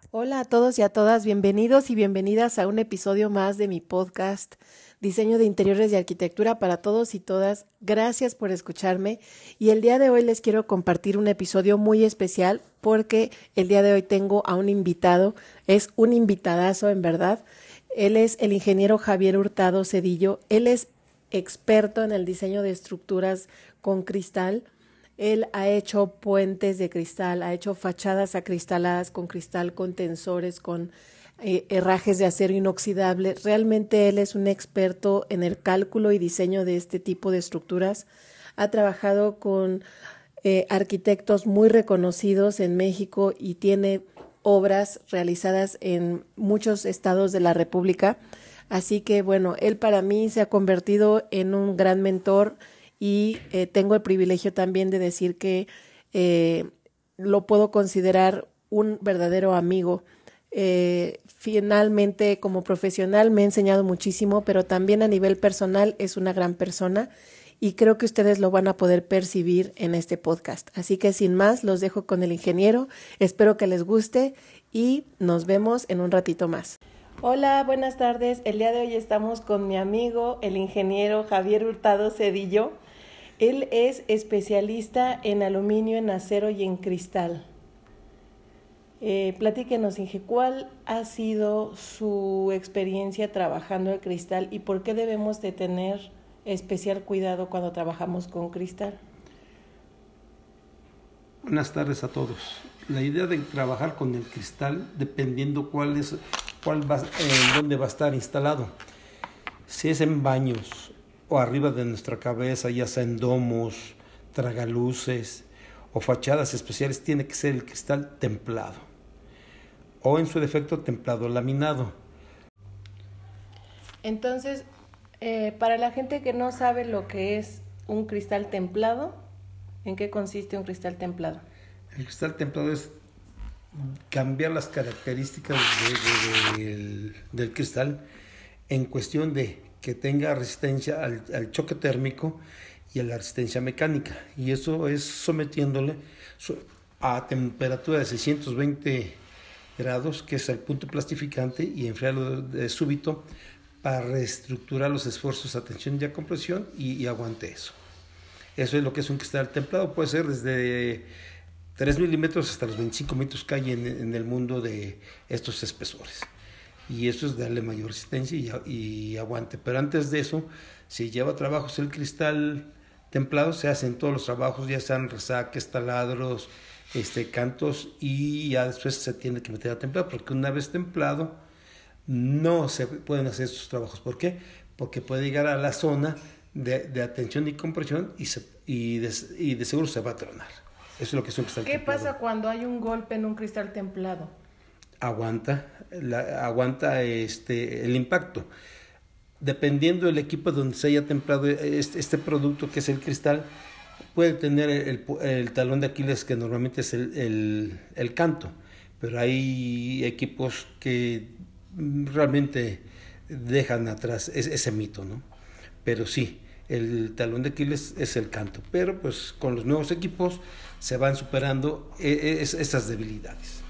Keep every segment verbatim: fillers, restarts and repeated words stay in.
Hola a todos y a todas, bienvenidos y bienvenidas a un episodio más de mi podcast Diseño de Interiores y Arquitectura para todos y todas. Gracias por escucharme y el día de hoy les quiero compartir un episodio muy especial porque el día de hoy tengo a un invitado, es un invitadazo en verdad. Él es el ingeniero Javier Hurtado Cedillo, él es experto en el diseño de estructuras con cristal. Él ha hecho puentes de cristal, ha hecho fachadas acristaladas con cristal, con tensores, con eh, herrajes de acero inoxidable. Realmente él es un experto en el cálculo y diseño de este tipo de estructuras. Ha trabajado con eh, arquitectos muy reconocidos en México y tiene obras realizadas en muchos estados de la República. Así que, bueno, él para mí se ha convertido en un gran mentor y eh, tengo el privilegio también de decir que eh, lo puedo considerar un verdadero amigo. Eh, finalmente, como profesional me ha enseñado muchísimo, pero también a nivel personal es una gran persona y creo que ustedes lo van a poder percibir en este podcast. Así que sin más, los dejo con el ingeniero. Espero que les guste y nos vemos en un ratito más. Hola, buenas tardes. El día de hoy estamos con mi amigo, el ingeniero Javier Hurtado Cedillo. Él es especialista en aluminio, en acero y en cristal. Eh, platíquenos, Inge, ¿cuál ha sido su experiencia trabajando el cristal y por qué debemos de tener especial cuidado cuando trabajamos con cristal? Buenas tardes a todos. La idea de trabajar con el cristal, dependiendo cuál es, cuál va, eh, dónde va a estar instalado. Si es en baños o arriba de nuestra cabeza, ya sea en domos, tragaluces o fachadas especiales, tiene que ser el cristal templado o en su defecto templado laminado. Entonces, eh, para la gente que no sabe lo que es un cristal templado, ¿en qué consiste un cristal templado? El cristal templado es cambiar las características de, de, de, del, del cristal en cuestión de que tenga resistencia al, al choque térmico y a la resistencia mecánica, y eso es sometiéndole a temperatura de seiscientos veinte grados, que es el punto plastificante, y enfriarlo de súbito para reestructurar los esfuerzos a tensión y a compresión y, y aguante eso. Eso es lo que es un cristal templado. Puede ser desde tres milímetros hasta los veinticinco milímetros que hay en, en el mundo de estos espesores. Y eso es darle mayor resistencia y, y aguante. Pero antes de eso, si lleva trabajos el cristal templado, se hacen todos los trabajos, ya sean resaques, taladros, este, cantos, y ya después se tiene que meter a templado, porque una vez templado no se pueden hacer estos trabajos. ¿Por qué? Porque puede llegar a la zona de, de tensión y compresión y, se, y, de, y de seguro se va a tronar. Eso es lo que es un cristal ¿Qué templado. pasa cuando hay un golpe en un cristal templado? Aguanta, la, aguanta este, el impacto. Dependiendo del equipo donde se haya templado este, este producto que es el cristal, puede tener el, el talón de Aquiles, que normalmente es el, el, el canto, pero hay equipos que realmente dejan atrás ese, ese mito, ¿no? Pero sí, el talón de Aquiles es el canto, pero pues con los nuevos equipos se van superando es, esas debilidades.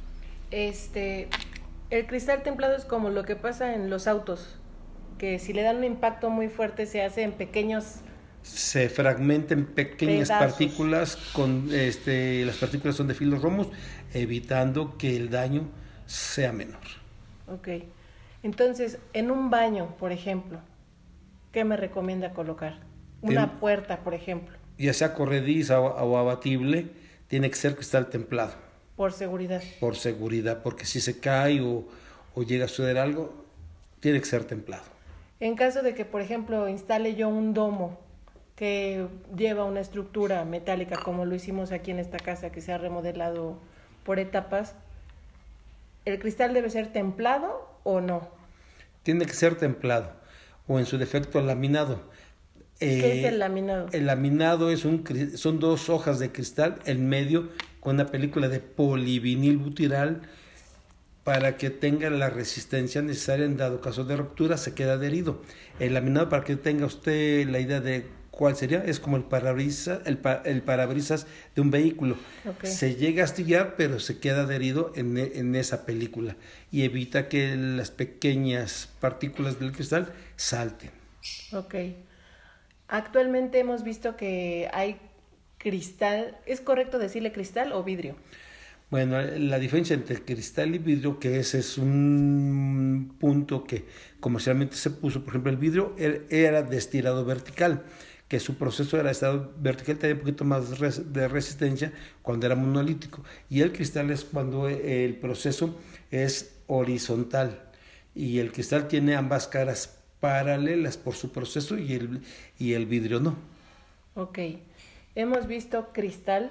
Este, el cristal templado es como lo que pasa en los autos, que si le dan un impacto muy fuerte se hace en pequeños... Se fragmenta en pequeñas pedazos. partículas, con, este, las partículas son de filos romos, evitando que el daño sea menor. Ok, entonces en un baño, por ejemplo, ¿qué me recomienda colocar? Una en, puerta, por ejemplo. Ya sea corrediza o, o abatible, tiene que ser cristal templado. Por seguridad. Por seguridad, porque si se cae o, o llega a suceder algo, tiene que ser templado. En caso de que, por ejemplo, instale yo un domo que lleva una estructura metálica, como lo hicimos aquí en esta casa, que se ha remodelado por etapas, ¿el cristal debe ser templado o no? Tiene que ser templado, o en su defecto laminado. ¿Qué eh, es el laminado? El laminado es un, son dos hojas de cristal en medio con una película de polivinil butiral para que tenga la resistencia necesaria en dado caso de ruptura, se queda adherido. El laminado, para que tenga usted la idea de ¿Cuál sería? Es como el parabrisas, el, pa, el parabrisas de un vehículo. Okay. Se llega a astillar, pero se queda adherido en, en esa película y evita que las pequeñas partículas del cristal salten. Ok. Actualmente hemos visto que hay cristal. ¿Es correcto decirle cristal o vidrio? Bueno, la diferencia entre cristal y vidrio, que ese es un punto que comercialmente se puso, por ejemplo, el vidrio era de estirado vertical, que su proceso era de estirado vertical, tenía un poquito más de resistencia cuando era monolítico, y el cristal es cuando el proceso es horizontal, y el cristal tiene ambas caras paralelas por su proceso y el, y el vidrio no. Ok, hemos visto cristal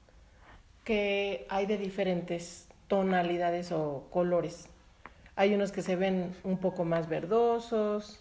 que hay de diferentes tonalidades o colores. Hay unos que se ven un poco más verdosos.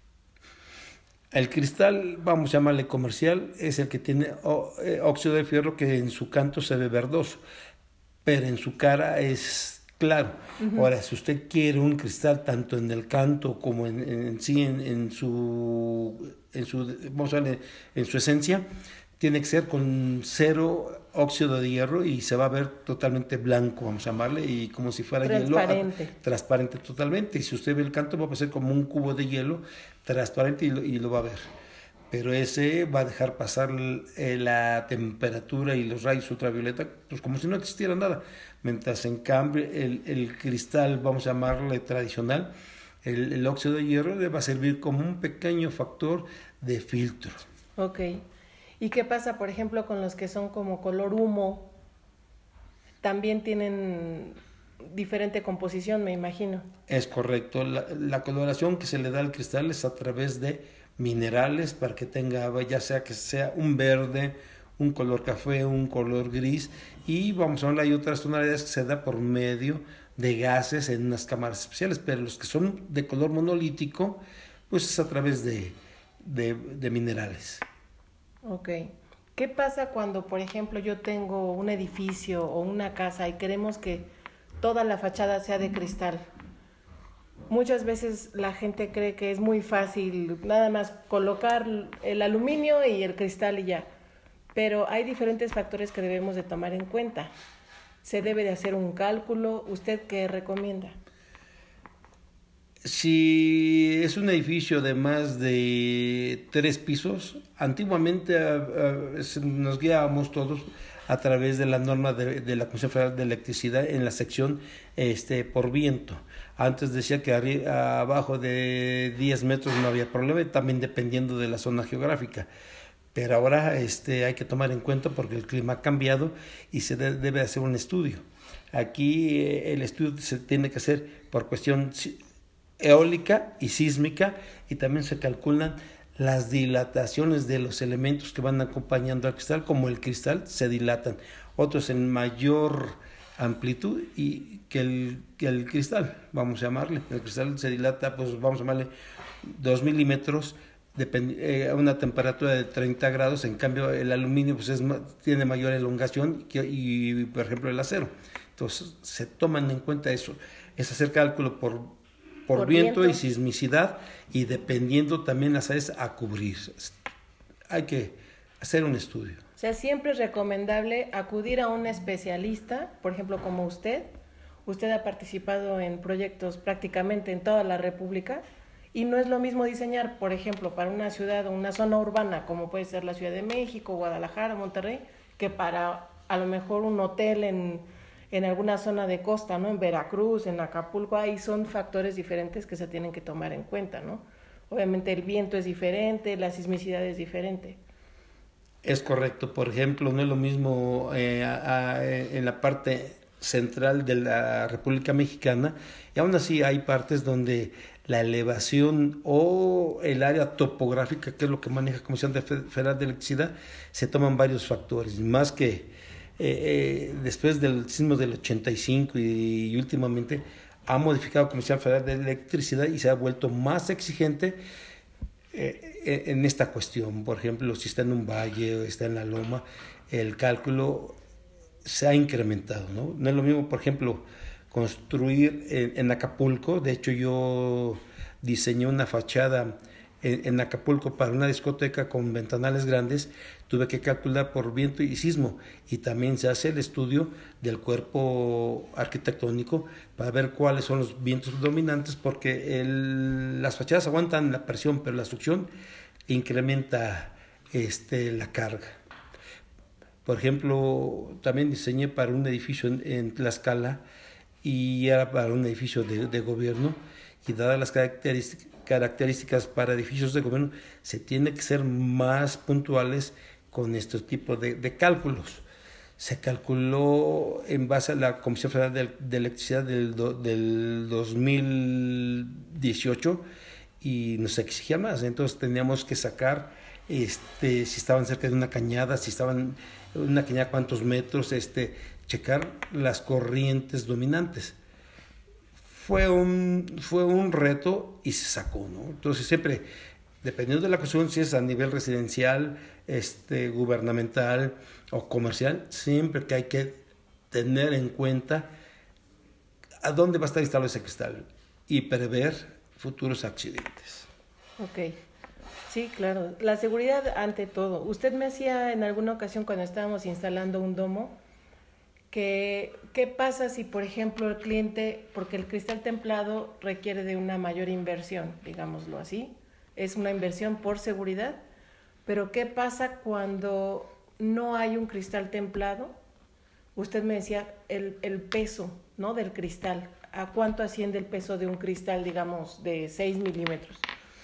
El cristal, vamos a llamarle comercial, es el que tiene óxido de fierro, que en su canto se ve verdoso, pero en su cara es claro. Uh-huh. Ahora, si usted quiere un cristal tanto en el canto como en, en sí, en, en su, en su, vamos a ver, en su esencia, tiene que ser con cero óxido de hierro y se va a ver totalmente blanco, vamos a llamarle, y como si fuera transparente. hielo. Transparente totalmente. Y si usted ve el canto, va a ser como un cubo de hielo transparente y lo, y lo va a ver. Pero ese va a dejar pasar la temperatura y los rayos ultravioleta, pues como si no existiera nada. Mientras en cambio el, el cristal, vamos a llamarle tradicional, el, el óxido de hierro le va a servir como un pequeño factor de filtro. Ok. ¿Y qué pasa, por ejemplo, con los que son como color humo? También tienen diferente composición, me imagino. Es correcto. La, la coloración que se le da al cristal es a través de minerales para que tenga, ya sea que sea un verde, un color café, un color gris, y vamos a ver, hay otras tonalidades que se da por medio de gases en unas cámaras especiales, pero los que son de color monolítico, pues es a través de, de, de minerales. Ok. ¿Qué pasa cuando, por ejemplo, yo tengo un edificio o una casa y queremos que toda la fachada sea de cristal? Muchas veces la gente cree que es muy fácil nada más colocar el aluminio y el cristal y ya. Pero hay diferentes factores que debemos de tomar en cuenta. Se debe de hacer un cálculo. ¿Usted qué recomienda? Si es un edificio de más de tres pisos, antiguamente a, a, nos guiábamos todos a través de la norma de, de la Comisión Federal de Electricidad en la sección este, por viento. Antes decía que arriba, abajo de diez metros no había problema, y también dependiendo de la zona geográfica. Pero ahora este, hay que tomar en cuenta porque el clima ha cambiado y se de, debe hacer un estudio. Aquí eh, el estudio se tiene que hacer por cuestión eólica y sísmica, y también se calculan las dilataciones de los elementos que van acompañando al cristal, como el cristal se dilatan, otros en mayor amplitud y que el, que el cristal, vamos a llamarle, el cristal se dilata, pues vamos a llamarle dos milímetros depend, eh, a una temperatura de treinta grados, en cambio el aluminio pues es, tiene mayor elongación que, y por ejemplo el acero. Entonces se toman en cuenta eso, es hacer cálculo por Por, por viento, viento y sismicidad, y dependiendo también las áreas a cubrir. Hay que hacer un estudio. O sea, siempre es recomendable acudir a un especialista, por ejemplo, como usted. Usted ha participado en proyectos prácticamente en toda la República, y no es lo mismo diseñar, por ejemplo, para una ciudad o una zona urbana, como puede ser la Ciudad de México, Guadalajara, Monterrey, que para a lo mejor un hotel en... en alguna zona de costa, ¿no? En Veracruz, en Acapulco, ahí son factores diferentes que se tienen que tomar en cuenta, ¿no? Obviamente el viento es diferente, la sismicidad es diferente. Es correcto. Por ejemplo, no es lo mismo eh, a, a, en la parte central de la República Mexicana, y aún así hay partes donde la elevación o el área topográfica, que es lo que maneja la Comisión Federal de Electricidad, se toman varios factores, más que Eh, eh, después del sismo del ochenta y cinco y, y últimamente ha modificado la Comisión Federal de Electricidad y se ha vuelto más exigente eh, en esta cuestión. Por ejemplo, si está en un valle o está en la loma, el cálculo se ha incrementado, ¿no? No es lo mismo, por ejemplo, construir en, en Acapulco. De hecho, yo diseñé una fachada en, en Acapulco para una discoteca con ventanales grandes, tuve que calcular por viento y sismo, y también se hace el estudio del cuerpo arquitectónico para ver cuáles son los vientos dominantes, porque el, las fachadas aguantan la presión, pero la succión incrementa este, la carga. Por ejemplo, también diseñé para un edificio en, en Tlaxcala, y era para un edificio de, de gobierno, y dadas las características, características para edificios de gobierno, se tiene que ser más puntuales con este tipo de, de cálculos. Se calculó en base a la Comisión Federal de, de Electricidad del, do, del dos mil dieciocho, y nos exigía más, entonces teníamos que sacar este, si estaban cerca de una cañada, si estaban en una cañada cuántos metros, este, checar las corrientes dominantes. Fue un, fue un reto y se sacó, ¿no? Entonces siempre, dependiendo de la construcción, si es a nivel residencial, este, gubernamental o comercial, siempre que hay que tener en cuenta a dónde va a estar instalado ese cristal y prever futuros accidentes. Ok, sí, claro. La seguridad ante todo. Usted me hacía en alguna ocasión cuando estábamos instalando un domo, que qué pasa si, por ejemplo, el cliente, porque el cristal templado requiere de una mayor inversión, digámoslo así, es una inversión por seguridad, pero ¿qué pasa cuando no hay un cristal templado? Usted me decía el, el peso, ¿no?, del cristal. ¿A cuánto asciende el peso de un cristal, digamos, de seis milímetros?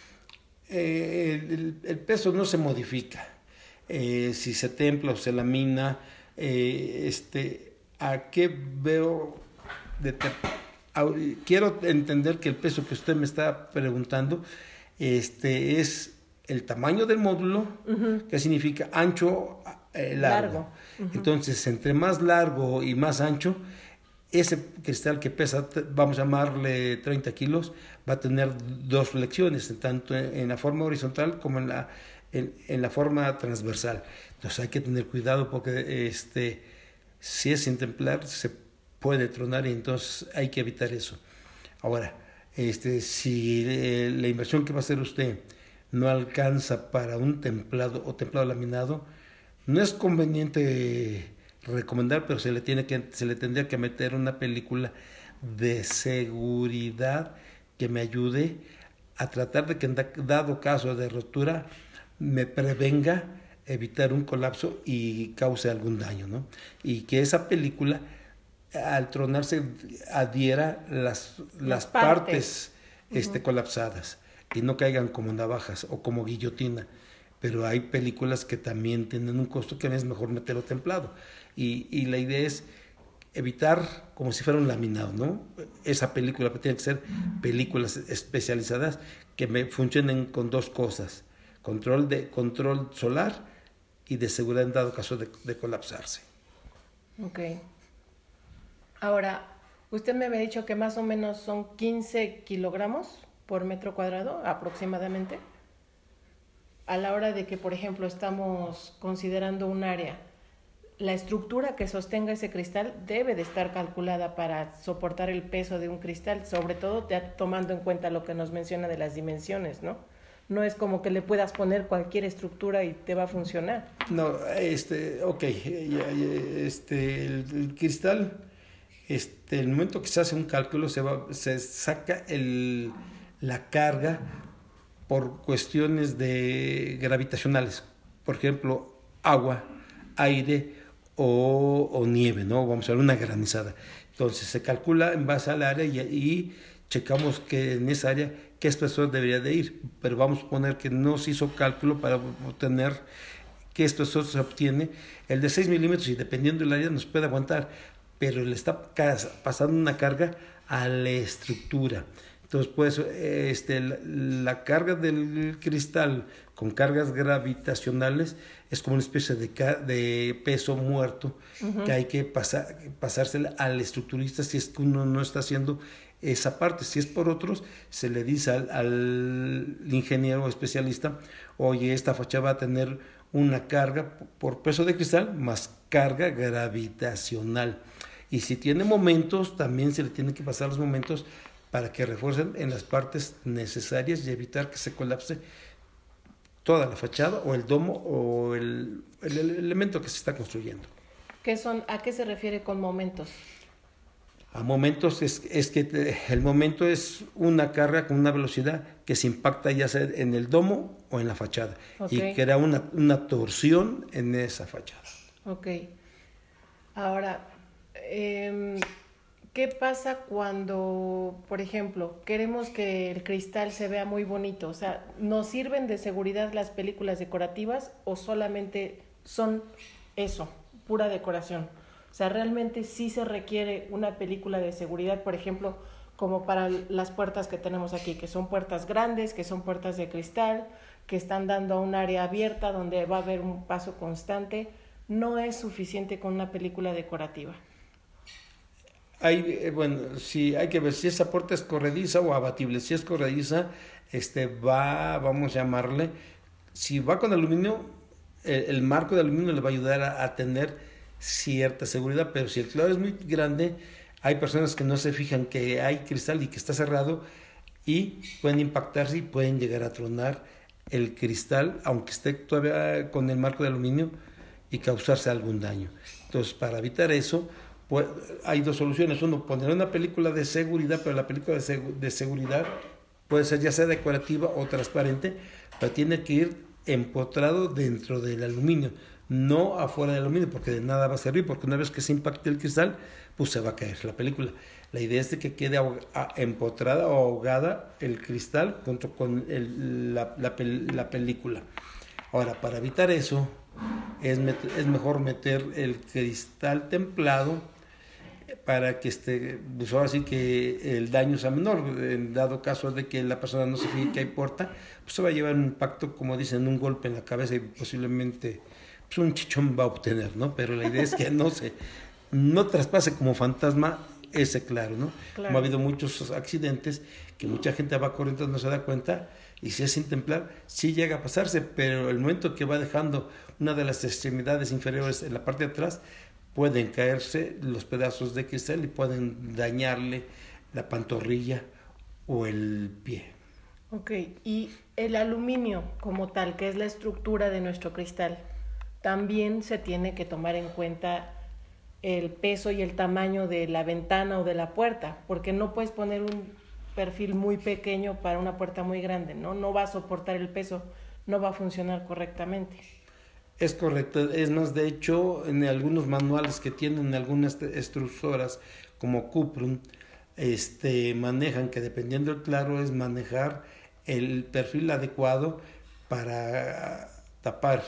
Eh, el, el peso no se modifica. Eh, si se templa o se lamina, eh, este... ¿A qué veo? De te, a, quiero entender que el peso que usted me está preguntando este, es el tamaño del módulo, uh-huh. que significa ancho, eh, largo. largo. Uh-huh. Entonces, entre más largo y más ancho, ese cristal que pesa, vamos a llamarle treinta kilos, va a tener dos flexiones, tanto en, en la forma horizontal como en la, en, en la forma transversal. Entonces, hay que tener cuidado porque... este si es sin templar, se puede tronar, y entonces hay que evitar eso. Ahora, este, si eh, la inversión que va a hacer usted no alcanza para un templado o templado laminado, no es conveniente recomendar, pero se le, tiene que, se le tendría que meter una película de seguridad que me ayude a tratar de que, dado caso de rotura, me prevenga evitar un colapso y cause algún daño, ¿no? Y que esa película, al tronarse, adhiera las, las, las partes, partes este, uh-huh. colapsadas, y no caigan como navajas o como guillotina. Pero hay películas que también tienen un costo que es mejor meterlo templado. Y, y la idea es evitar como si fuera un laminado, ¿no? Esa película tiene que ser películas especializadas que me funcionen con dos cosas: control de control solar y de seguridad en dado caso de, de colapsarse. Ok. Ahora, usted me había dicho que más o menos son quince kilogramos por metro cuadrado, aproximadamente. A la hora de que, por ejemplo, estamos considerando un área, la estructura que sostenga ese cristal debe de estar calculada para soportar el peso de un cristal, sobre todo tomando en cuenta lo que nos menciona de las dimensiones, ¿no? No es como que le puedas poner cualquier estructura y te va a funcionar. No, este, ok, este, el, el cristal, este, el momento que se hace un cálculo se, va, se saca el, la carga por cuestiones de gravitacionales, por ejemplo, agua, aire o, o nieve, ¿no? Vamos a ver una granizada. Entonces se calcula en base al área y, y checamos que en esa área qué espesor debería de ir, pero vamos a poner que no se hizo cálculo para obtener qué espesor se obtiene. El de seis milímetros, y dependiendo del área nos puede aguantar, pero le está pasando una carga a la estructura. Entonces, pues, este, la, la carga del cristal con cargas gravitacionales es como una especie de, de peso muerto, uh-huh. que hay que pasar, pasársela al estructurista si es que uno no está haciendo esa parte. Si es por otros, se le dice al, al ingeniero especialista: oye, esta fachada va a tener una carga por peso de cristal más carga gravitacional. Y si tiene momentos, también se le tienen que pasar los momentos para que refuercen en las partes necesarias y evitar que se colapse toda la fachada o el domo o el, el, el elemento que se está construyendo. ¿Qué son, ¿A qué se refiere con momentos? A momentos es, es que te, el momento es una carga con una velocidad que se impacta ya sea en el domo o en la fachada, okay, y crea una, una torsión en esa fachada. Ok. Ahora, eh, ¿qué pasa cuando, por ejemplo, queremos que el cristal se vea muy bonito? O sea, ¿nos sirven de seguridad las películas decorativas o solamente son eso, pura decoración? O sea, realmente sí se requiere una película de seguridad, por ejemplo, como para las puertas que tenemos aquí, que son puertas grandes, que son puertas de cristal, que están dando a un área abierta donde va a haber un paso constante. No es suficiente con una película decorativa. Hay, bueno, si hay que ver si esa puerta es corrediza o abatible. Si es corrediza, este va, vamos a llamarle, si va con aluminio, el, el marco de aluminio le va a ayudar a, a tener cierta seguridad, pero si el clavo es muy grande, hay personas que no se fijan que hay cristal y que está cerrado y pueden impactarse y pueden llegar a tronar el cristal, aunque esté todavía con el marco de aluminio, y causarse algún daño. Entonces, para evitar eso, pues, hay dos soluciones. Uno, poner una película de seguridad, pero la película de, seg- de seguridad puede ser ya sea decorativa o transparente, pero tiene que ir empotrado dentro del aluminio, no afuera del aluminio, porque de nada va a servir, porque una vez que se impacte el cristal, pues se va a caer la película. La idea es de que quede ahog- empotrada o ahogada el cristal junto con el, la, la, pel- la película. Ahora, para evitar eso, es, met- es mejor meter el cristal templado para que esté, pues ahora sí que el daño sea menor. En dado caso de que la persona no se fije que hay puerta, pues se va a llevar un impacto, como dicen, un golpe en la cabeza y posiblemente pues un chichón va a obtener, ¿no? Pero la idea es que no se, no traspase como fantasma ese claro, ¿no? Claro. Como ha habido muchos accidentes que mucha gente va corriendo, no se da cuenta, y si es sin templar, sí llega a pasarse, pero el momento que va dejando una de las extremidades inferiores en la parte de atrás, pueden caerse los pedazos de cristal y pueden dañarle la pantorrilla o el pie. Ok, y el aluminio como tal, que es la estructura de nuestro cristal, también se tiene que tomar en cuenta el peso y el tamaño de la ventana o de la puerta, porque no puedes poner un perfil muy pequeño para una puerta muy grande, ¿no? No va a soportar el peso, no va a funcionar correctamente. Es correcto, es más, de hecho, en algunos manuales que tienen algunas extrusoras como Cuprum, este, manejan que dependiendo del claro es manejar el perfil adecuado para tapar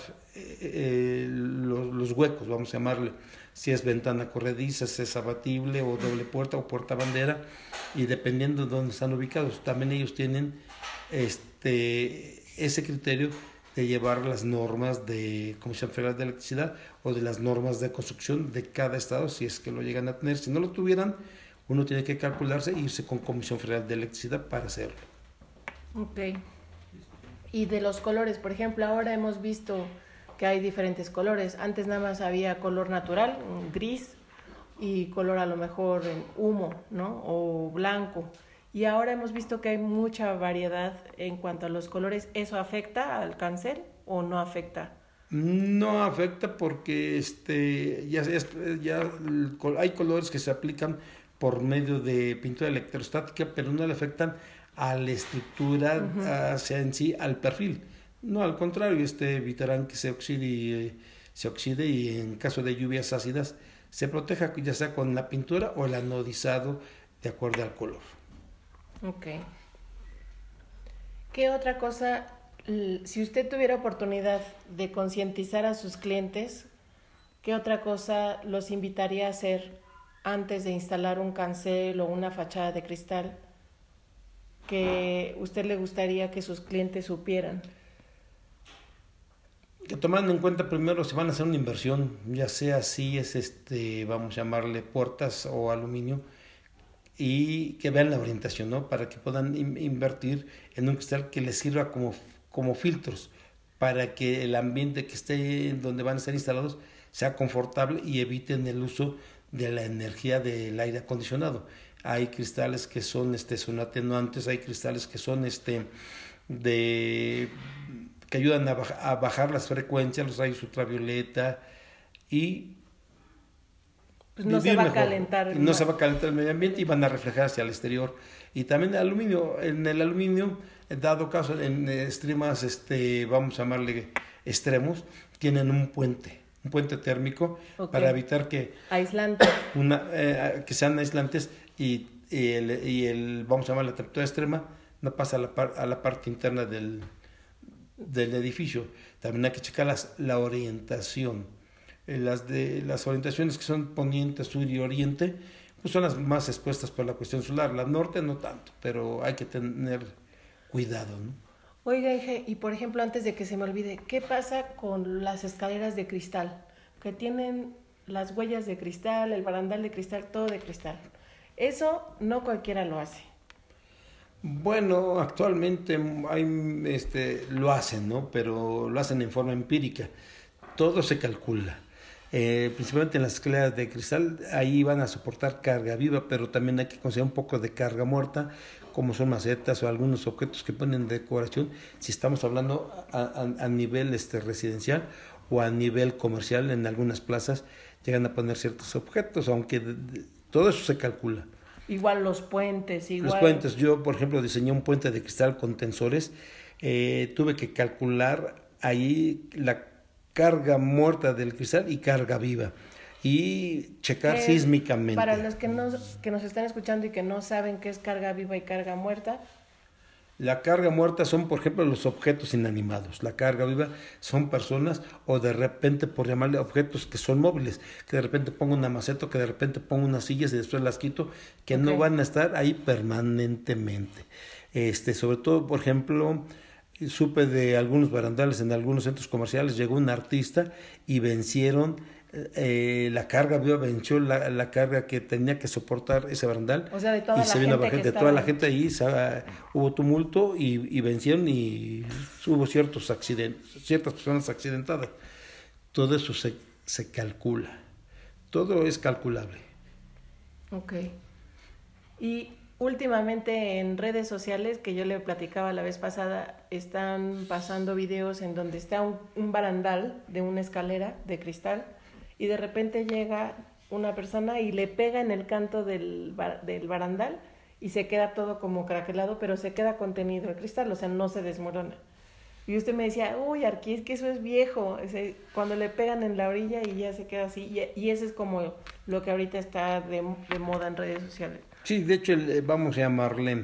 eh, los, los huecos, vamos a llamarle, si es ventana corrediza, si es abatible o doble puerta o puerta bandera, y dependiendo de dónde están ubicados, también ellos tienen este, ese criterio de llevar las normas de Comisión Federal de Electricidad o de las normas de construcción de cada estado, si es que lo llegan a tener. Si no lo tuvieran, uno tiene que calcularse e irse con Comisión Federal de Electricidad para hacerlo. Ok. Y de los colores, por ejemplo, ahora hemos visto que hay diferentes colores. Antes nada más había color natural, gris, y color a lo mejor en humo, ¿no? O blanco. Y ahora hemos visto que hay mucha variedad en cuanto a los colores. ¿Eso afecta al cancel o no afecta? No afecta porque este ya, ya hay colores que se aplican por medio de pintura electrostática, pero no le afectan a la estructura, uh-huh. hacia en sí, al perfil. No, al contrario, este evitarán que se oxide y, se oxide y en caso de lluvias ácidas se proteja ya sea con la pintura o el anodizado de acuerdo al color. Ok. ¿Qué otra cosa, si usted tuviera oportunidad de concientizar a sus clientes, qué otra cosa los invitaría a hacer antes de instalar un cancel o una fachada de cristal que usted le gustaría que sus clientes supieran? Que tomando en cuenta primero si van a hacer una inversión, ya sea si es este, vamos a llamarle puertas o aluminio, y que vean la orientación, ¿no? Para que puedan in- invertir en un cristal que les sirva como, como filtros, para que el ambiente que esté en donde van a ser instalados sea confortable y eviten el uso de la energía del aire acondicionado. Hay cristales que son, este, son atenuantes, hay cristales que son este, de que ayudan a, baja, a bajar las frecuencias, los rayos ultravioleta y pues no se va mejor. a calentar. No se va a calentar el medio ambiente y van a reflejar hacia el exterior. Y también el aluminio, en el aluminio, dado caso en extremas, este, vamos a llamarle extremos, tienen un puente, un puente térmico okay. para evitar que aislante, una, eh, que sean aislantes y, y, el, y el, vamos a llamar la temperatura extrema, no pasa a la, par, a la parte interna del, del edificio. También hay que checar las, la orientación. Eh, las, de, las orientaciones que son poniente, sur y oriente, pues son las más expuestas por la cuestión solar. La norte no tanto, pero hay que tener cuidado, ¿no? Oiga, y por ejemplo, antes de que se me olvide, ¿qué pasa con las escaleras de cristal? Que tienen las huellas de cristal, el barandal de cristal, todo de cristal. Eso no cualquiera lo hace. Bueno, actualmente hay, este, lo hacen, ¿no? Pero lo hacen en forma empírica. Todo se calcula. Eh, principalmente en las escaleras de cristal, ahí van a soportar carga viva, pero también hay que considerar un poco de carga muerta, como son macetas o algunos objetos que ponen de decoración, si estamos hablando a, a, a nivel este, residencial o a nivel comercial. En algunas plazas llegan a poner ciertos objetos, aunque de, de, todo eso se calcula. Igual los puentes, igual. Los puentes, yo por ejemplo diseñé un puente de cristal con tensores, eh, tuve que calcular ahí la carga muerta del cristal y carga viva y checar que, sísmicamente. Para los que, no, que nos están escuchando y que no saben qué es carga viva y carga muerta. La carga muerta son, por ejemplo, los objetos inanimados. La carga viva son personas o de repente, por llamarle objetos que son móviles, que de repente pongo una maceta, que de repente pongo unas sillas y después las quito, que okay. no van a estar ahí permanentemente. Este, sobre todo, por ejemplo, supe de algunos barandales en algunos centros comerciales, llegó un artista y vencieron eh, la carga viva, venció la, la carga que tenía que soportar ese barandal. O sea, de toda y la se vino gente, gente estaba... toda la gente ahí, se, uh, hubo tumulto y, y vencieron y hubo ciertos accidentes, ciertas personas accidentadas. Todo eso se, se calcula, todo es calculable. Ok. Y últimamente en redes sociales, que yo le platicaba la vez pasada, están pasando videos en donde está un, un barandal de una escalera de cristal y de repente llega una persona y le pega en el canto del, bar, del barandal y se queda todo como craquelado, pero se queda contenido el cristal, o sea, no se desmorona. Y usted me decía, uy, Arqui, es que eso es viejo, ese, cuando le pegan en la orilla y ya se queda así, y, y eso es como lo que ahorita está de, de moda en redes sociales. Sí, de hecho, vamos a llamarle,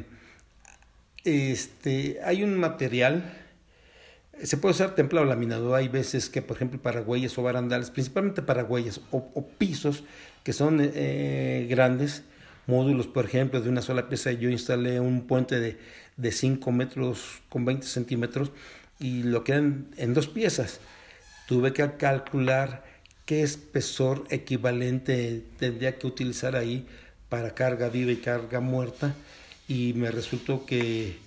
este, hay un material, se puede usar templado laminado, hay veces que, por ejemplo, para huellas o barandales, principalmente para huellas o, o pisos que son eh, grandes, módulos, por ejemplo, de una sola pieza. Yo instalé un puente de, de cinco metros con veinte centímetros y lo quedan en dos piezas. Tuve que calcular qué espesor equivalente tendría que utilizar ahí para carga viva y carga muerta, y me resultó que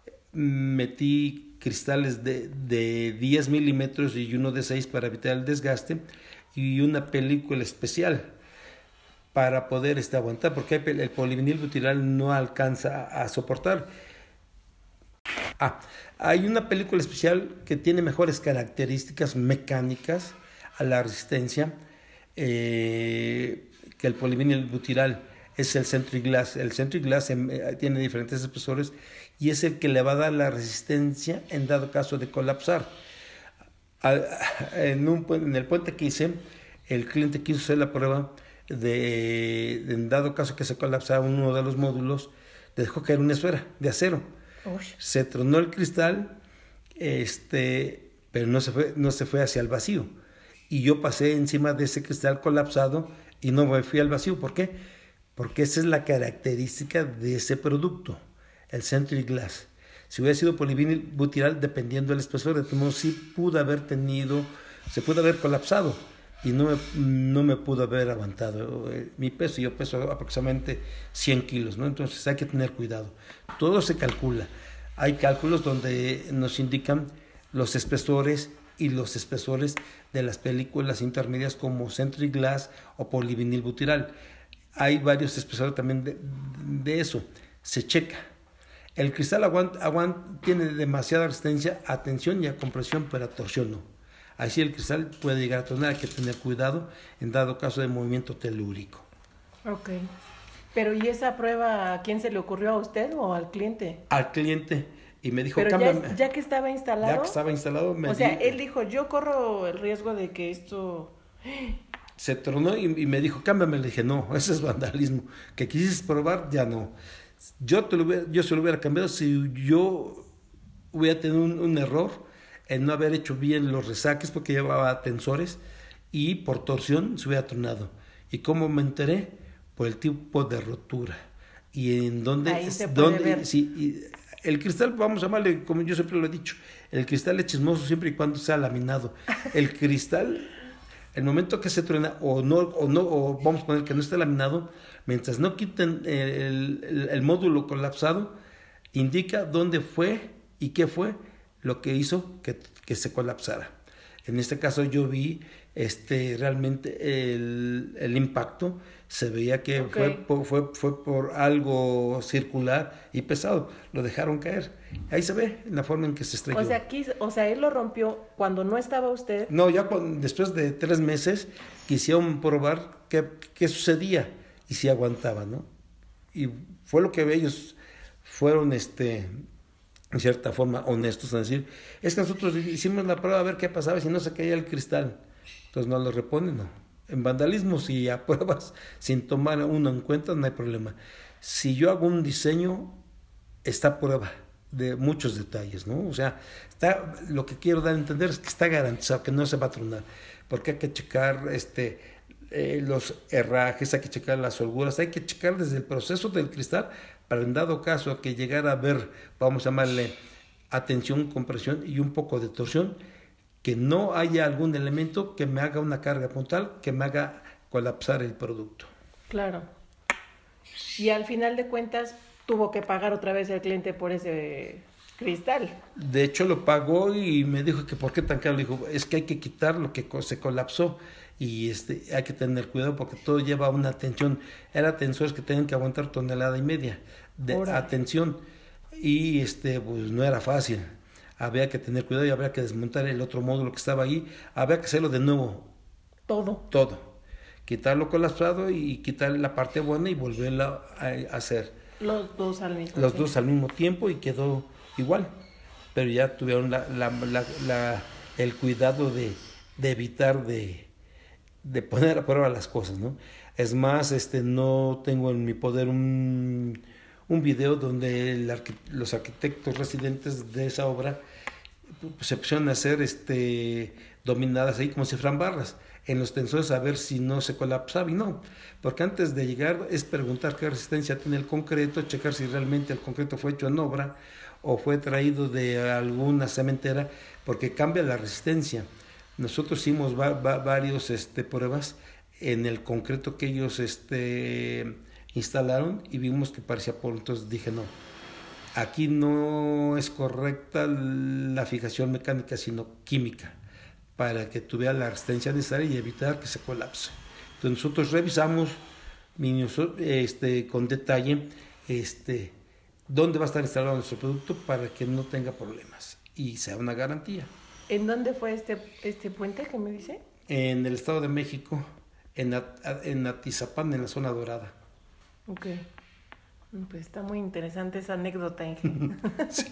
metí cristales de, de diez milímetros y uno de seis para evitar el desgaste y una película especial para poder este, aguantar, porque el polivinil butiral no alcanza a, a soportar. Ah, hay una película especial que tiene mejores características mecánicas a la resistencia eh, que el polivinil butiral. Es el Century Glass. El Century Glass eh, tiene diferentes espesores y es el que le va a dar la resistencia en dado caso de colapsar. A, en, un, en el puente que hice, el cliente quiso hacer la prueba de, de en dado caso que se colapsara uno de los módulos, le dejó caer una esfera de acero. Uy. Se tronó el cristal, este, pero no se fue, no se fue hacia el vacío. Y yo pasé encima de ese cristal colapsado y no me fui al vacío. ¿Por qué? Porque esa es la característica de ese producto, el Century Glass. Si hubiera sido polivinil butiral, dependiendo del espesor, de todo modo, sí pudo haber tenido, se pudo haber colapsado y no me, no me pudo haber aguantado mi peso. Yo peso aproximadamente cien kilos, ¿no? Entonces hay que tener cuidado. Todo se calcula. Hay cálculos donde nos indican los espesores y los espesores de las películas intermedias como Century Glass o polivinil butiral. Hay varios espesores también de, de eso, se checa. El cristal aguanta, aguanta, tiene demasiada resistencia a tensión y a compresión, pero a torsión no. Así el cristal puede llegar a tronar, hay que tener cuidado en dado caso de movimiento telúrico. Ok. Pero ¿y esa prueba a quién se le ocurrió, a usted o al cliente? Al cliente, y me dijo, pero cámbiame. Ya, ya que estaba instalado. Ya que estaba instalado, me O sea, di... él dijo, yo corro el riesgo de que esto... Se tronó y, y me dijo, cámbiame. Le dije, no, ese es vandalismo. Que quisiste probar, ya no. Yo, te lo hubiera, yo se lo hubiera cambiado si yo hubiera tenido un, un error en no haber hecho bien los resaques porque llevaba tensores y por torsión se hubiera tronado. ¿Y cómo me enteré? Por el tipo de rotura. Y en dónde... Ahí se puede dónde, ver. Sí, y el cristal, vamos a llamarle, como yo siempre lo he dicho, el cristal es chismoso siempre y cuando sea laminado. El cristal... El momento que se truena o no, o no, o vamos a poner que no esté laminado, mientras no quiten el, el, el módulo colapsado, indica dónde fue y qué fue lo que hizo que, que se colapsara. En este caso yo vi este realmente el, el impacto, se veía que okay. fue, por, fue, fue por algo circular y pesado, lo dejaron caer. Ahí se ve la forma en que se estrelló. O sea, aquí, o sea, él lo rompió cuando no estaba usted. No, ya cuando, después de tres meses quisieron probar qué, qué sucedía y si aguantaba, ¿no? Y fue lo que ellos fueron, este, en cierta forma, honestos en decir, es que nosotros hicimos la prueba a ver qué pasaba si no se caía el cristal. Entonces no lo reponen, no. En vandalismo, si apruebas sin tomar uno en cuenta, no hay problema. Si yo hago un diseño, está a prueba de muchos detalles, ¿no? O sea, está, lo que quiero dar a entender es que está garantizado, que no se va a tronar, porque hay que checar este, eh, los herrajes, hay que checar las holguras, hay que checar desde el proceso del cristal, para en dado caso que llegara a ver, vamos a llamarle, atención, compresión y un poco de torsión, que no haya algún elemento que me haga una carga puntal, que me haga colapsar el producto. Claro. Y al final de cuentas, tuvo que pagar otra vez el cliente por ese cristal. De hecho, lo pagó y me dijo que por qué tan caro. Le dijo, es que hay que quitar lo que se colapsó y este, hay que tener cuidado porque todo lleva una tensión. Eran tensores que tenían que aguantar tonelada y media de atención y este, pues no era fácil. Había que tener cuidado y había que desmontar el otro módulo que estaba ahí. Había que hacerlo de nuevo. Todo. Todo. Quitarlo colapsado y quitar la parte buena y volverla a hacer. Los dos al mismo Los tiempo. Los dos al mismo tiempo y quedó igual. Pero ya tuvieron la, la, la, la, el cuidado de, de evitar de, de poner a prueba las cosas, ¿no? Es más, este, no tengo en mi poder un, un video donde el arqu- los arquitectos residentes de esa obra pues, se pusieron a hacer este, dominadas ahí como si fueran barras en los tensores a ver si no se colapsaba y no, porque antes de llegar es preguntar qué resistencia tiene el concreto, checar si realmente el concreto fue hecho en obra o fue traído de alguna cementera, porque cambia la resistencia. Nosotros hicimos va, va, varios este, pruebas en el concreto que ellos este, instalaron y vimos que parecía por, entonces dije no, aquí no es correcta la fijación mecánica sino química, para que tuviera la resistencia necesaria y evitar que se colapse. Entonces nosotros revisamos este, con detalle este, dónde va a estar instalado nuestro producto para que no tenga problemas y sea una garantía. ¿En dónde fue este, este puente que me dice? En el Estado de México, en, At en Atizapán, en la zona dorada. Ok. Pues está muy interesante esa anécdota, Inge. Sí.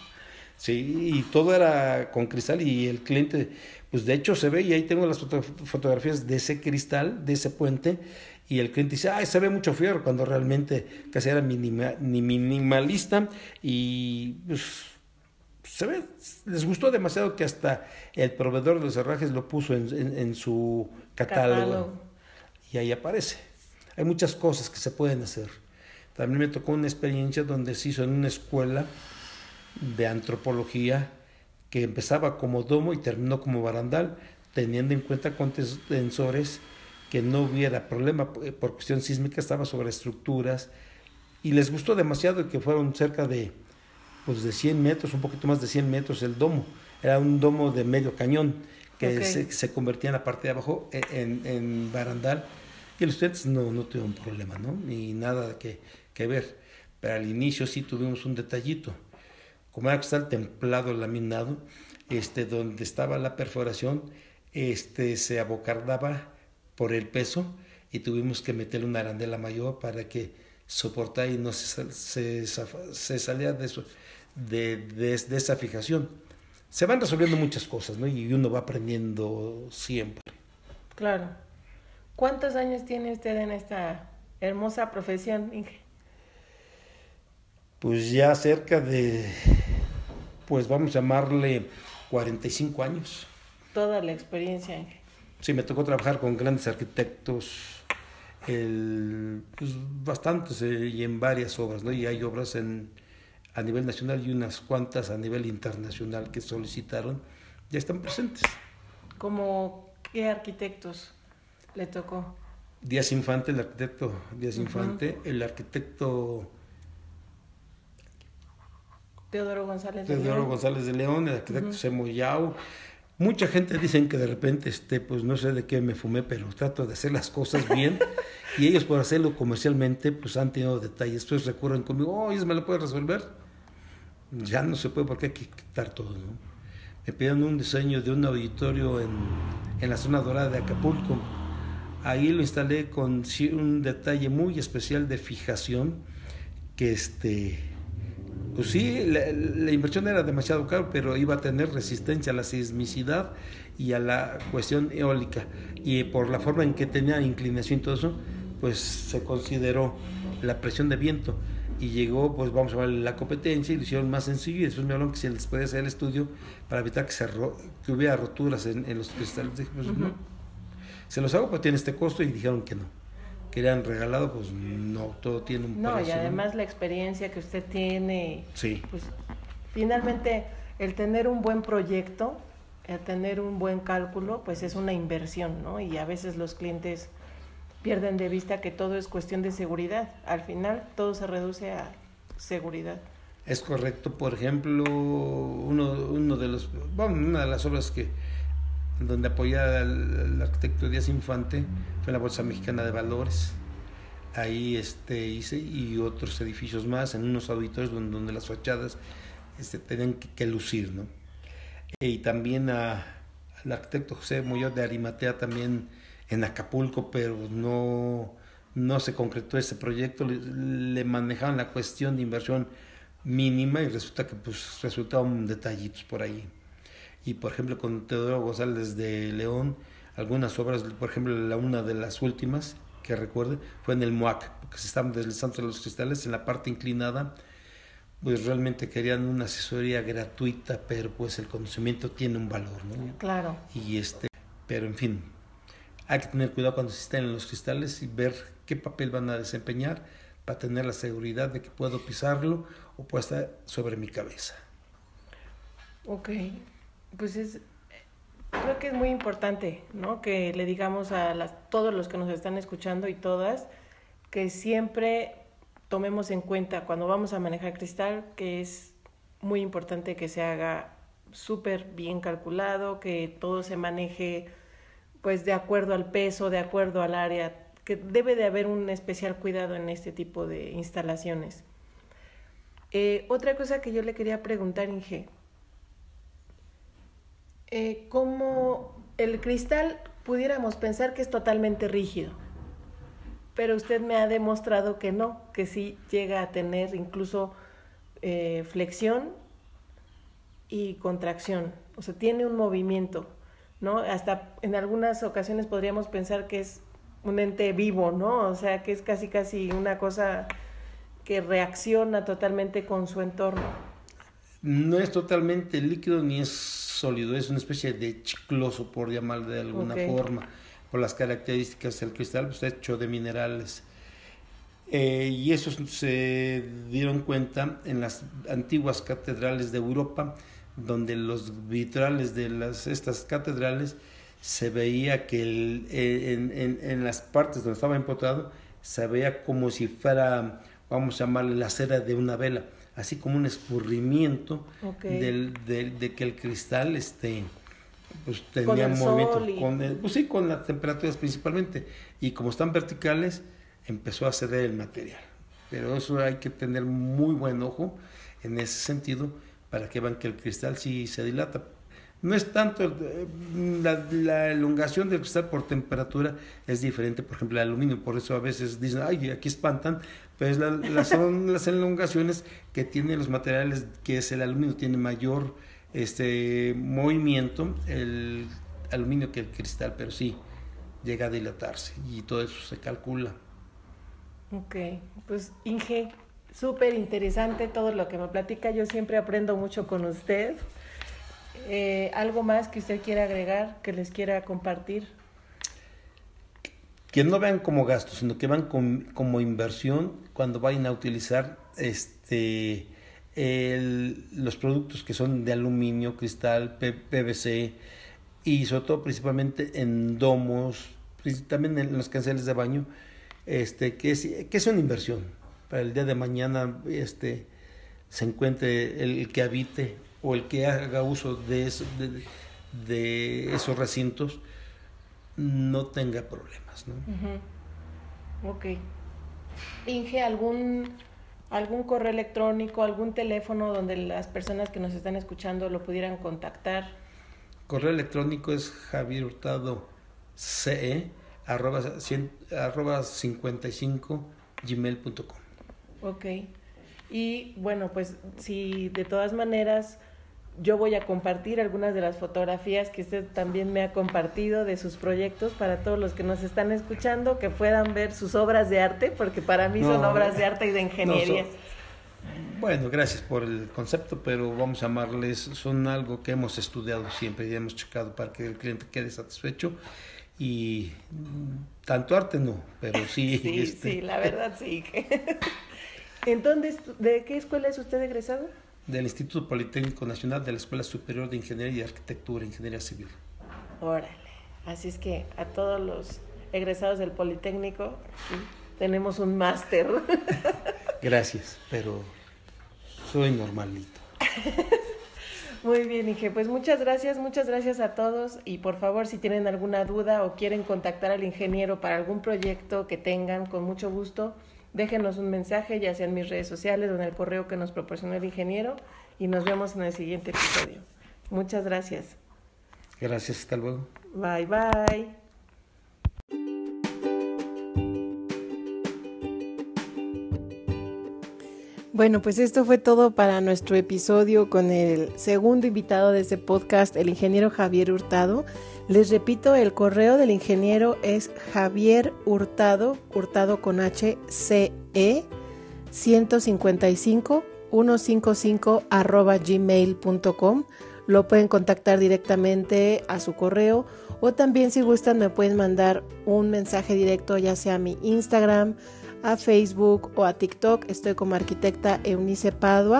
Sí, y todo era con cristal y el cliente, pues de hecho se ve, y ahí tengo las foto fotografías de ese cristal, de ese puente, y el cliente dice, ay, se ve mucho fierro, cuando realmente casi era minima, ni minimalista, y pues se ve, les gustó demasiado que hasta el proveedor de los herrajes lo puso en, en, en su catálogo, catálogo, y ahí aparece. Hay muchas cosas que se pueden hacer. También me tocó una experiencia donde se hizo en una escuela de antropología que empezaba como domo y terminó como barandal, teniendo en cuenta con tensores que no hubiera problema por cuestión sísmica, estaba sobre estructuras y les gustó demasiado que fueron cerca de, pues de cien metros, un poquito más de cien metros el domo. Era un domo de medio cañón que okay. se, se convertía en la parte de abajo en, en barandal y los estudiantes no, no tuvieron problema, ¿no? Ni nada que, que ver. pero al inicio sí tuvimos un detallito. Como era cristal templado laminado, este, donde estaba la perforación, este, se abocardaba por el peso y tuvimos que meterle una arandela mayor para que soportara y no se, se, se salía de, eso, de, de, de esa fijación. Se van resolviendo muchas cosas, ¿no? Y uno va aprendiendo siempre. Claro. ¿Cuántos años tiene usted en esta hermosa profesión, Inge? Pues ya cerca de, pues vamos a llamarle cuarenta y cinco años. Toda la experiencia, Inge. Sí, me tocó trabajar con grandes arquitectos, el, pues bastantes eh, y en varias obras, ¿no? Y hay obras en, a nivel nacional y unas cuantas a nivel internacional que solicitaron, ya están presentes. ¿Cómo qué arquitectos le tocó? Díaz Infante, el arquitecto Díaz uh-huh. Infante, el arquitecto Teodoro González de Teodoro León. González de León, el arquitecto uh-huh. Semoyao. Mucha gente dicen que de repente, este, pues no sé de qué me fumé, pero trato de hacer las cosas bien. Y ellos por hacerlo comercialmente, pues han tenido detalles. Entonces recurren conmigo, oh, ¿me lo puedes resolver? Ya no se puede porque hay que quitar todo, ¿no? Me pidieron un diseño de un auditorio en, en la zona dorada de Acapulco. Ahí lo instalé con un detalle muy especial de fijación, que este, pues sí, la, la inversión era demasiado caro, pero iba a tener resistencia a la sismicidad y a la cuestión eólica. Y por la forma en que tenía inclinación y todo eso, pues se consideró la presión de viento. Y llegó, pues vamos a ver la competencia y lo hicieron más sencillo. Y después me hablaron que se les podía hacer el estudio para evitar que, se ro que hubiera roturas en, en los cristales. Dije, pues uh-huh. no. Se los hago, pero tiene este costo, y dijeron que no. Querían regalado, pues no, todo tiene un no, precio. Y además ¿no? La experiencia que usted tiene. Sí. Pues finalmente el tener un buen proyecto, el tener un buen cálculo, pues es una inversión, ¿no? Y a veces los clientes pierden de vista que todo es cuestión de seguridad. Al final todo se reduce a seguridad. Es correcto. Por ejemplo, uno, uno de los, bueno, una de las obras que donde apoyé al, al arquitecto Díaz Infante fue la Bolsa Mexicana de Valores. Ahí este, hice y otros edificios más en unos auditorios donde, donde las fachadas este, tenían que, que lucir, ¿no? Y también a, al arquitecto José Muñoz de Arimatea también en Acapulco, pero no, no se concretó ese proyecto. Le, le manejaban la cuestión de inversión mínima y resulta que pues resultaban detallitos por ahí. Y por ejemplo con Teodoro González de León, algunas obras, por ejemplo la una de las últimas que recuerde fue en el M U A C, porque se estaban deslizando los cristales en la parte inclinada, pues realmente querían una asesoría gratuita, pero pues el conocimiento tiene un valor, ¿no? Claro. Y este, pero en fin, hay que tener cuidado cuando se instalen los cristales y ver qué papel van a desempeñar para tener la seguridad de que puedo pisarlo o puede estar sobre mi cabeza. Ok. Pues es, creo que es muy importante, ¿no? Que le digamos a las, todos los que nos están escuchando y todas, que siempre tomemos en cuenta cuando vamos a manejar cristal, que es muy importante que se haga súper bien calculado, que todo se maneje pues de acuerdo al peso, de acuerdo al área, que debe de haber un especial cuidado en este tipo de instalaciones. Eh, otra cosa que yo le quería preguntar, Inge, Eh, como el cristal pudiéramos pensar que es totalmente rígido, pero usted me ha demostrado que no, que sí llega a tener incluso eh, flexión y contracción, o sea, tiene un movimiento, ¿no? Hasta en algunas ocasiones podríamos pensar que es un ente vivo, ¿no? O sea, que es casi casi una cosa que reacciona totalmente con su entorno. No es totalmente líquido ni es sólido, es una especie de chicloso, por llamarlo de alguna okay. forma, por las características del cristal, pues hecho de minerales. Eh, y eso se dieron cuenta en las antiguas catedrales de Europa, donde los vitrales de las, estas catedrales se veía que el, en, en, en las partes donde estaba empotrado se veía como si fuera, vamos a llamarle la cera de una vela, así como un escurrimiento okay. del, del, de que el cristal este, pues, tenía movimiento, y... con, el, pues, sí, con las temperaturas principalmente, y como están verticales, empezó a ceder el material. pero eso hay que tener muy buen ojo en ese sentido para que vean que el cristal sí se dilata. No es tanto, eh, la, la elongación del cristal por temperatura es diferente, por ejemplo, el aluminio, por eso a veces dicen, ay, aquí espantan, pero es la, la, son las elongaciones que tienen los materiales, que es el aluminio, tiene mayor este movimiento el aluminio que el cristal, pero sí, llega a dilatarse y todo eso se calcula. Ok, pues Inge, súper interesante todo lo que me platica, yo siempre aprendo mucho con usted. Eh, ¿Algo más que usted quiera agregar, que les quiera compartir? Que no vean como gasto, sino que vean com, como inversión cuando vayan a utilizar este el, los productos que son de aluminio, cristal, P V C y sobre todo principalmente en domos, también en los canceles de baño, este que es, que es una inversión para el día de mañana este se encuentre el, el que habite o el que haga uso de, eso, de, de esos recintos no tenga problemas, ¿no? Uh-huh. Ok. Inge, ¿algún, algún correo electrónico, algún teléfono donde las personas que nos están escuchando lo pudieran contactar? Correo electrónico es Javier Hurtado ce arroba, arroba cincuenta y cinco gmail punto com. Ok. Y bueno, pues si de todas maneras yo voy a compartir algunas de las fotografías que usted también me ha compartido de sus proyectos para todos los que nos están escuchando, que puedan ver sus obras de arte, porque para mí no, son obras de arte y de ingeniería. No, son, bueno, gracias por el concepto, pero vamos a llamarles, son algo que hemos estudiado siempre y hemos checado para que el cliente quede satisfecho. Y tanto arte no, pero sí. sí, este... sí, la verdad sí. Entonces, ¿de qué escuela es usted egresado? Del Instituto Politécnico Nacional de la Escuela Superior de Ingeniería y Arquitectura, Ingeniería Civil. Órale, así es que a todos los egresados del Politécnico tenemos un máster. Gracias, pero soy normalito. Muy bien, Inge, pues muchas gracias, muchas gracias a todos y por favor si tienen alguna duda o quieren contactar al ingeniero para algún proyecto que tengan, con mucho gusto, déjenos un mensaje, ya sea en mis redes sociales o en el correo que nos proporcionó el ingeniero y nos vemos en el siguiente episodio. Muchas gracias. Gracias, hasta luego. Bye, bye. Bueno, pues esto fue todo para nuestro episodio con el segundo invitado de este podcast, el ingeniero Javier Hurtado. Les repito, el correo del ingeniero es Javier Hurtado, Hurtado con H, C E, ciento cincuenta y cinco, ciento cincuenta y cinco arroba gmail punto com. Lo pueden contactar directamente a su correo o también si gustan me pueden mandar un mensaje directo ya sea a mi Instagram, a Facebook o a TikTok. Estoy como arquitecta Eunice Padua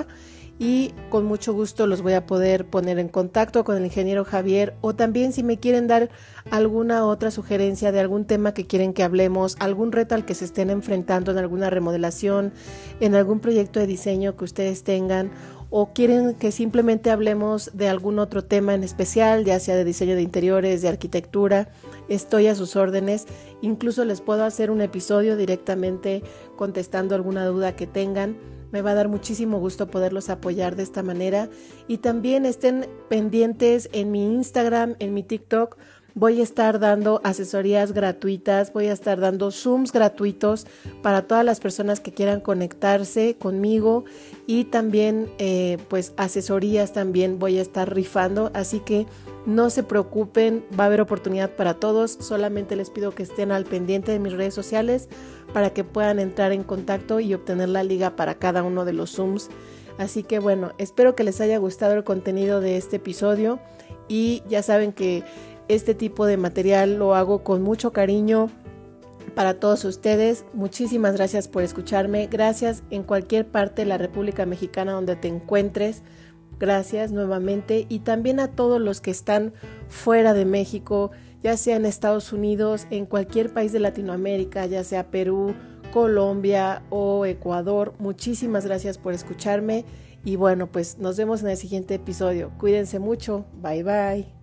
y con mucho gusto los voy a poder poner en contacto con el ingeniero Javier o también si me quieren dar alguna otra sugerencia de algún tema que quieren que hablemos, algún reto al que se estén enfrentando en alguna remodelación, en algún proyecto de diseño que ustedes tengan o quieren que simplemente hablemos de algún otro tema en especial, ya sea de diseño de interiores, de arquitectura, estoy a sus órdenes. Incluso les puedo hacer un episodio directamente contestando alguna duda que tengan. Me va a dar muchísimo gusto poderlos apoyar de esta manera. Y también estén pendientes en mi Instagram, en mi TikTok. Voy a estar dando asesorías gratuitas, voy a estar dando Zooms gratuitos para todas las personas que quieran conectarse conmigo y también eh, pues asesorías también voy a estar rifando, así que no se preocupen, va a haber oportunidad para todos, solamente les pido que estén al pendiente de mis redes sociales para que puedan entrar en contacto y obtener la liga para cada uno de los Zooms. Así que bueno, espero que les haya gustado el contenido de este episodio y ya saben que este tipo de material lo hago con mucho cariño para todos ustedes. Muchísimas gracias por escucharme. Gracias en cualquier parte de la República Mexicana donde te encuentres. Gracias nuevamente. Y también a todos los que están fuera de México, ya sea en Estados Unidos, en cualquier país de Latinoamérica, ya sea Perú, Colombia o Ecuador. Muchísimas gracias por escucharme. Y bueno, pues nos vemos en el siguiente episodio. Cuídense mucho. Bye, bye.